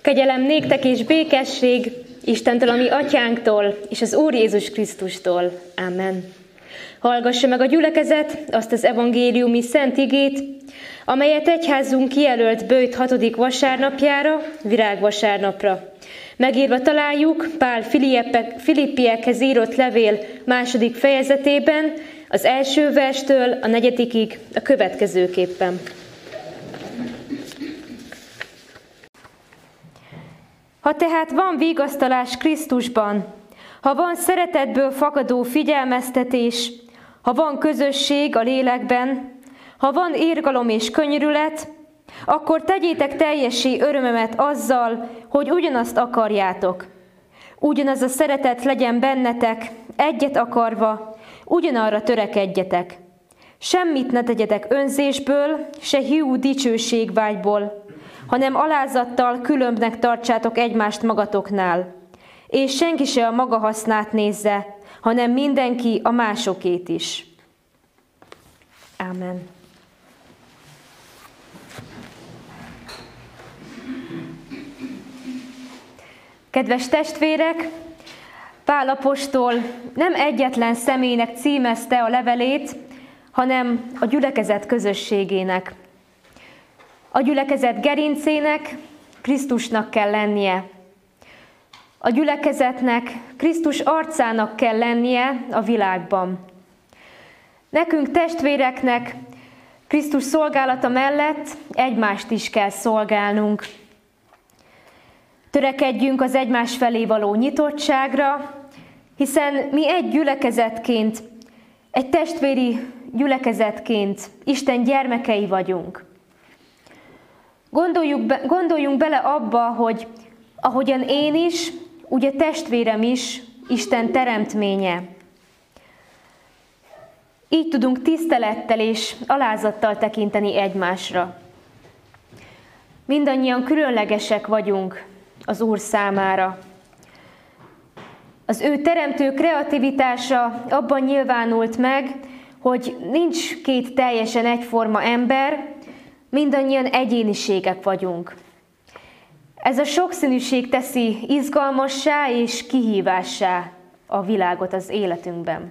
Kegyelem néktek és békesség Istentől, a mi atyánktól, és az Úr Jézus Krisztustól. Amen. Hallgassa meg a gyülekezet azt az evangéliumi szent igét, amelyet egyházunk kijelölt böjt 6. vasárnapjára, virágvasárnapra. Megírva találjuk Pál Filippiekhez írott levél 2. fejezetében, az 1. verstől a 4. a következőképpen. Ha tehát van vigasztalás Krisztusban, ha van szeretetből fakadó figyelmeztetés, ha van közösség a lélekben, ha van irgalom és könyörület, akkor tegyétek teljessé örömömet azzal, hogy ugyanazt akarjátok. Ugyanaz a szeretet legyen bennetek, egyet akarva, ugyanarra törekedjetek. Semmit ne tegyetek önzésből, se hiú dicsőségvágyból, hanem alázattal különbnek tartsátok egymást magatoknál, és senki se a maga hasznát nézze, hanem mindenki a másokét is. Ámen. Kedves testvérek, Pál apostol nem egyetlen személynek címezte a levelét, hanem a gyülekezet közösségének. A gyülekezet gerincének Krisztusnak kell lennie. A gyülekezetnek Krisztus arcának kell lennie a világban. Nekünk testvéreknek Krisztus szolgálata mellett egymást is kell szolgálnunk. Törekedjünk az egymás felé való nyitottságra, hiszen mi egy gyülekezetként, egy testvéri gyülekezetként Isten gyermekei vagyunk. Gondoljunk bele abba, hogy ahogyan én is, úgy a testvérem is Isten teremtménye. Így tudunk tisztelettel és alázattal tekinteni egymásra. Mindannyian különlegesek vagyunk az Úr számára. Az ő teremtő kreativitása abban nyilvánult meg, hogy nincs két teljesen egyforma ember, mindannyian egyéniségek vagyunk. Ez a sokszínűség teszi izgalmassá és kihívássá a világot az életünkben.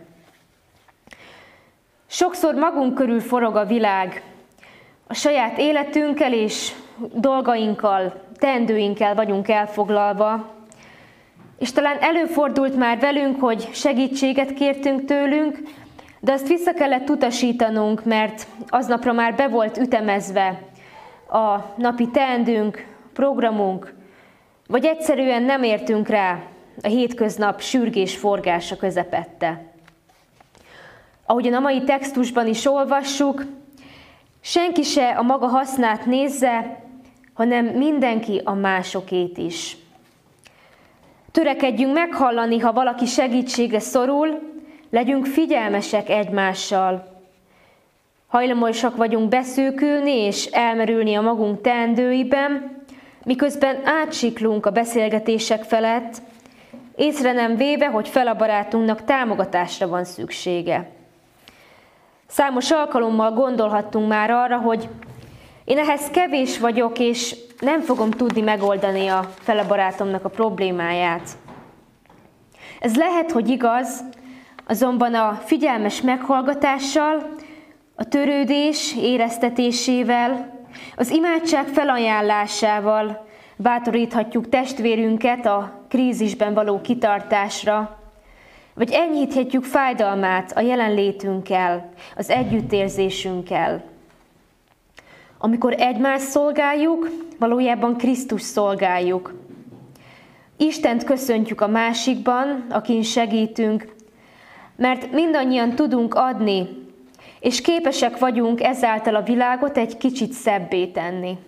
Sokszor magunk körül forog a világ, a saját életünkkel és dolgainkkal, teendőinkkel vagyunk elfoglalva, és talán előfordult már velünk, hogy segítséget kértünk tőlünk, de azt vissza kellett utasítanunk, mert aznapra már be volt ütemezve a napi teendőnk, programunk, vagy egyszerűen nem értünk rá a hétköznap sürgés-forgása közepette. Ahogyan a mai textusban is olvassuk, senki se a maga hasznát nézze, hanem mindenki a másokét is. Törekedjünk meghallani, ha valaki segítségre szorul, legyünk figyelmesek egymással. Hajlamosak vagyunk beszűkülni és elmerülni a magunk teendőiben, miközben átsiklunk a beszélgetések felett, észre nem véve, hogy felabarátunknak támogatásra van szüksége. Számos alkalommal gondolhattunk már arra, hogy én ehhez kevés vagyok, és nem fogom tudni megoldani a felabarátomnak a problémáját. Ez lehet, hogy igaz, azonban a figyelmes meghallgatással, a törődés éreztetésével, az imádság felajánlásával bátoríthatjuk testvérünket a krízisben való kitartásra, vagy enyhíthetjük fájdalmát a jelenlétünkkel, az együttérzésünkkel. Amikor egymást szolgáljuk, valójában Krisztus szolgáljuk. Istent köszöntjük a másikban, akin segítünk, mert mindannyian tudunk adni, és képesek vagyunk ezáltal a világot egy kicsit szebbé tenni.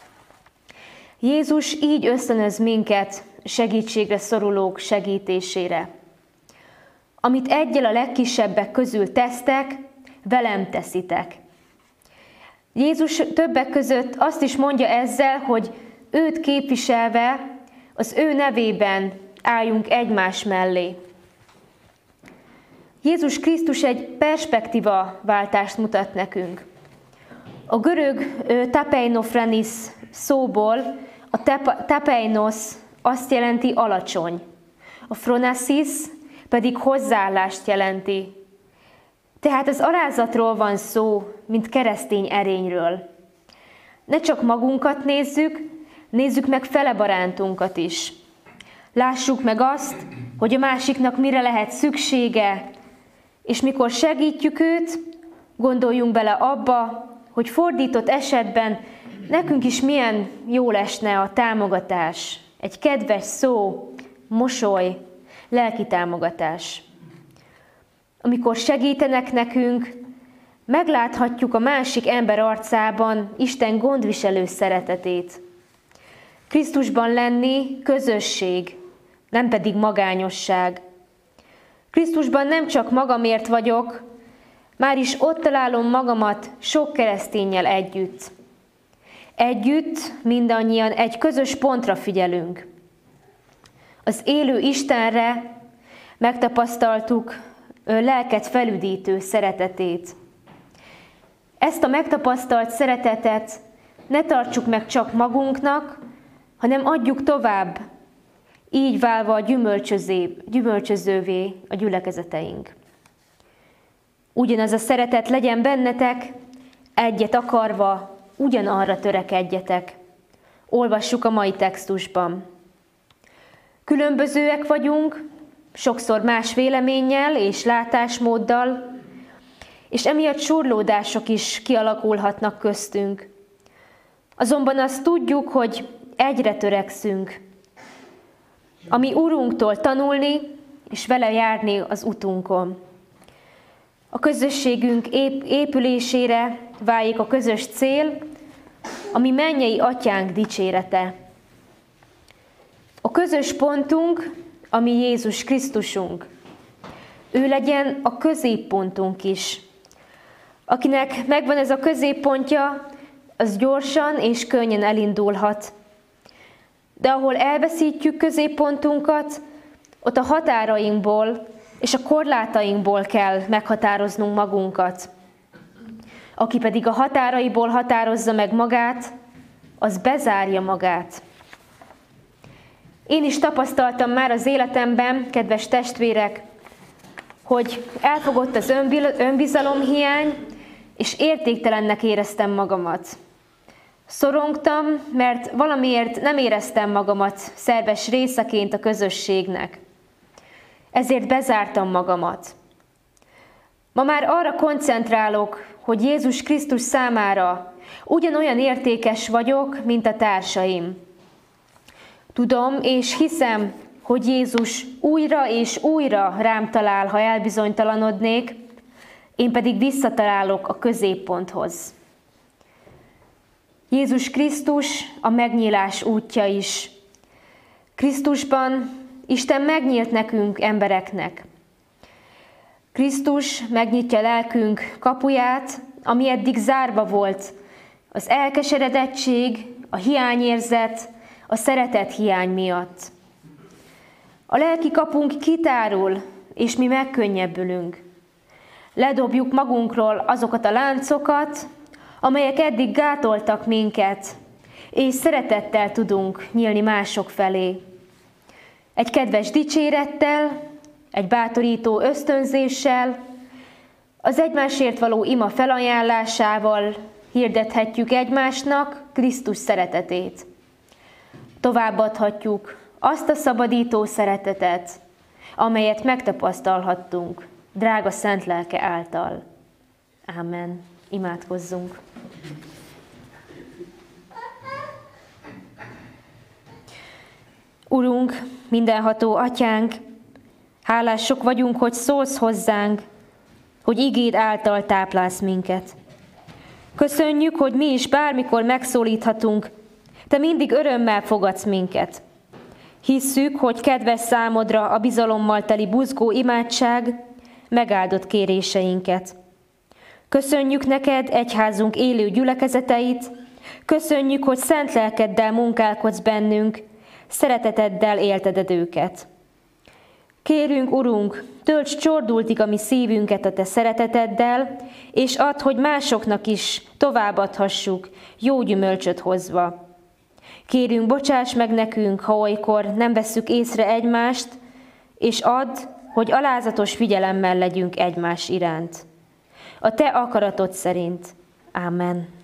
Jézus így ösztönöz minket segítségre szorulók segítésére. Amit egyel a legkisebbek közül tesztek, velem teszitek. Jézus többek között azt is mondja ezzel, hogy őt képviselve, az ő nevében álljunk egymás mellé. Jézus Krisztus egy perspektívaváltást mutat nekünk. A görög tapeinofrenis szóból A tapeinos azt jelenti alacsony, a phronesis pedig hozzáállást jelenti. Tehát az alázatról van szó, mint keresztény erényről. Ne csak magunkat nézzük meg felebarántunkat is. Lássuk meg azt, hogy a másiknak mire lehet szüksége, és mikor segítjük őt, gondoljunk bele abba, hogy fordított esetben nekünk is milyen jól esne a támogatás, egy kedves szó, mosoly, lelki támogatás. Amikor segítenek nekünk, megláthatjuk a másik ember arcában Isten gondviselő szeretetét. Krisztusban lenni közösség, nem pedig magányosság. Krisztusban nem csak magamért vagyok, már is ott találom magamat sok kereszténnyel együtt. Együtt mindannyian egy közös pontra figyelünk. Az élő Istenre megtapasztaltuk lelket felüdítő szeretetét. Ezt a megtapasztalt szeretetet ne tartsuk meg csak magunknak, hanem adjuk tovább, így válva gyümölcsözővé a gyülekezeteink. Ugyanaz a szeretet legyen bennetek, egyet akarva, ugyanarra törekedjetek. Olvassuk a mai textusban. Különbözőek vagyunk, sokszor más véleménnyel és látásmóddal, és emiatt surlódások is kialakulhatnak köztünk. Azonban azt tudjuk, hogy egyre törekszünk, a mi Urunktól tanulni, és vele járni az utunkon. A közösségünk épülésére váljék a közös cél, ami mennyei Atyánk dicsérete. A közös pontunk, ami Jézus Krisztusunk. Ő legyen a középpontunk is. Akinek megvan ez a középpontja, az gyorsan és könnyen elindulhat. De ahol elveszítjük középpontunkat, ott a határainkból és a korlátainkból kell meghatároznunk magunkat. Aki pedig a határaiból határozza meg magát, az bezárja magát. Én is tapasztaltam már az életemben, kedves testvérek, hogy elfogott az önbizalomhiány, és értéktelennek éreztem magamat. Szorongtam, mert valamiért nem éreztem magamat szerves részeként a közösségnek. Ezért bezártam magamat. Ma már arra koncentrálok, hogy Jézus Krisztus számára ugyanolyan értékes vagyok, mint a társaim. Tudom és hiszem, hogy Jézus újra és újra rám talál, ha elbizonytalanodnék, én pedig visszatalálok a középponthoz. Jézus Krisztus a megnyílás útja is. Krisztusban Isten megnyílt nekünk, embereknek. Krisztus megnyitja lelkünk kapuját, ami eddig zárva volt. Az elkeseredettség, a hiányérzet, a szeretet hiány miatt. A lelki kapunk kitárul, és mi megkönnyebbülünk. Ledobjuk magunkról azokat a láncokat, amelyek eddig gátoltak minket, és szeretettel tudunk nyílni mások felé. Egy kedves dicsérettel, egy bátorító ösztönzéssel, az egymásért való ima felajánlásával hirdethetjük egymásnak Krisztus szeretetét. Továbbadhatjuk azt a szabadító szeretetet, amelyet megtapasztalhattunk drága szent lelke által. Ámen. Imádkozzunk. Urunk, mindenható Atyánk, hálások vagyunk, hogy szólsz hozzánk, hogy igéd által táplálsz minket. Köszönjük, hogy mi is bármikor megszólíthatunk, te mindig örömmel fogadsz minket. Hisszük, hogy kedves számodra a bizalommal teli buzgó imádság megáldott kéréseinket. Köszönjük neked egyházunk élő gyülekezeteit, köszönjük, hogy szent lelkeddel munkálkodsz bennünk, szereteteddel élteted őket. Kérünk, Urunk, tölts csordultig a mi szívünket a te szereteteddel, és add, hogy másoknak is továbbadhassuk, jó gyümölcsöt hozva. Kérünk, bocsáss meg nekünk, ha olykor nem vesszük észre egymást, és add, hogy alázatos figyelemmel legyünk egymás iránt. A te akaratod szerint. Ámen.